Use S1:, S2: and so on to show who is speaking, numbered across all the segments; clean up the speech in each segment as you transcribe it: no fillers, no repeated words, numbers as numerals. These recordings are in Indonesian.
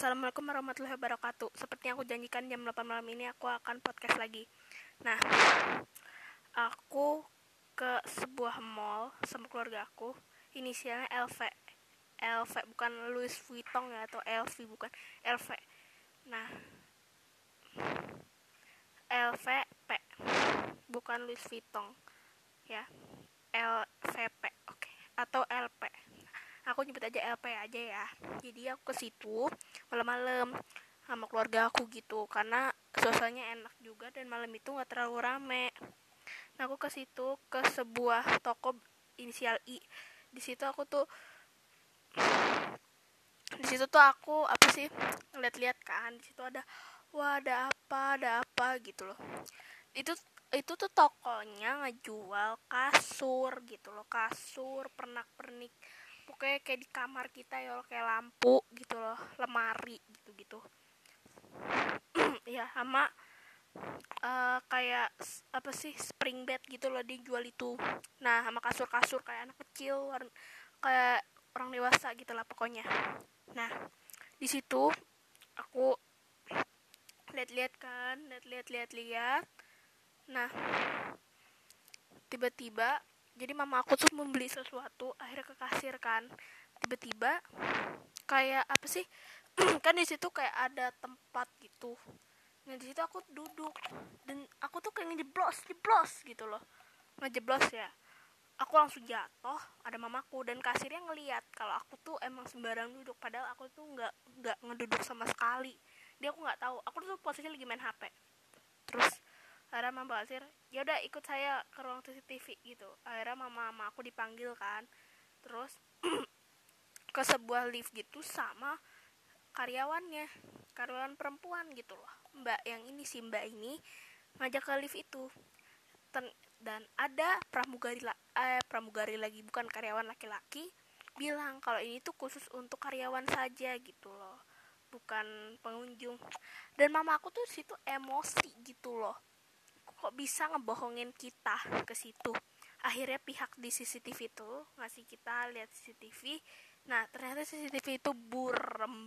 S1: Assalamualaikum warahmatullahi wabarakatuh. Seperti yang aku janjikan jam 8 malam ini aku akan podcast lagi. Nah, aku ke sebuah mall sama keluarga aku. Inisialnya LV. LV bukan Louis Vuitton ya, atau LV bukan, LV. Nah, LVP bukan Louis Vuitton ya. LVP, oke. Atau LP. Aku nyebut aja LP aja ya. Jadi aku ke situ malam-malam sama keluarga aku gitu, karena suasananya enak juga dan malam itu nggak terlalu rame. Nah, aku ke situ ke sebuah toko inisial I. Di situ tuh aku apa sih, ngeliat-liat kan. Di situ ada ada apa gitu loh. Itu tuh tokonya ngejual kasur gitu loh, kasur pernak-pernik, pokoknya kayak di kamar kita ya loh, kayak lampu gitu loh, lemari gitu-gitu. Ya, sama kayak apa sih, spring bed gitu loh dijual itu. Nah, sama kasur-kasur kayak anak kecil, kayak orang dewasa gitu lah pokoknya. Nah, di situ aku lihat. Nah, tiba-tiba jadi mama aku tuh membeli sesuatu, akhirnya ke kasir kan. Tiba-tiba kayak apa sih, kan di situ kayak ada tempat gitu. Nah, di situ aku duduk dan aku tuh kayak ngejeblos gitu loh. Ngejeblos ya. Aku langsung jatuh, ada mamaku dan kasirnya ngelihat kalau aku tuh emang sembarang duduk, padahal aku tuh nggak ngeduduk sama sekali. Dia aku nggak tahu, aku tuh posisinya lagi main HP. Terus akhirnya mama kasir, ya udah ikut saya ke ruang CCTV gitu. Akhirnya mama aku dipanggil kan. Terus ke sebuah lift gitu sama karyawan perempuan gitu loh. Mbak ini ngajak ke lift itu. Dan ada pramugari lagi, bukan karyawan laki-laki, bilang kalau ini tuh khusus untuk karyawan saja gitu loh, bukan pengunjung. Dan mama aku tuh situ emosi gitu loh, kok bisa ngebohongin kita ke situ. Akhirnya pihak di CCTV tuh ngasih kita lihat CCTV. Nah, ternyata CCTV itu burem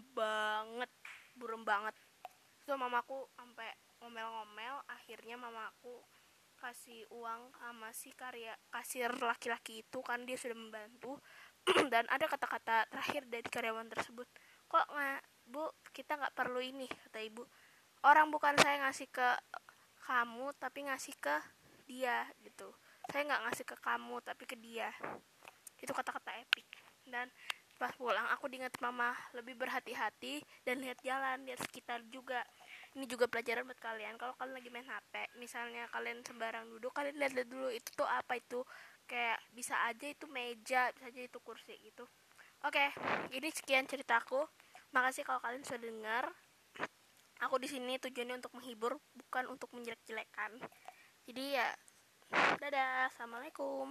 S1: banget. So mamaku sampai ngomel-ngomel. Akhirnya mamaku kasih uang sama si kasir laki-laki itu, kan dia sudah membantu. Dan ada kata-kata terakhir dari karyawan tersebut, kok nggak bu, kita nggak perlu ini, kata ibu. Orang bukan saya ngasih ke kamu tapi ngasih ke dia gitu. Saya nggak ngasih ke kamu tapi ke dia. Itu kata-kata epic. Dan pas pulang aku diingat mama lebih berhati-hati dan lihat jalan, lihat sekitar juga. Ini juga pelajaran buat kalian. Kalau kalian lagi main HP, misalnya kalian sembarang duduk, kalian lihat dulu itu tuh apa itu. Kayak bisa aja itu meja, bisa aja itu kursi gitu. Oke, ini sekian ceritaku. Makasih kalau kalian sudah dengar. Aku di sini tujuannya untuk menghibur, bukan untuk menjelek-jelekan. Jadi ya, dadah, assalamualaikum.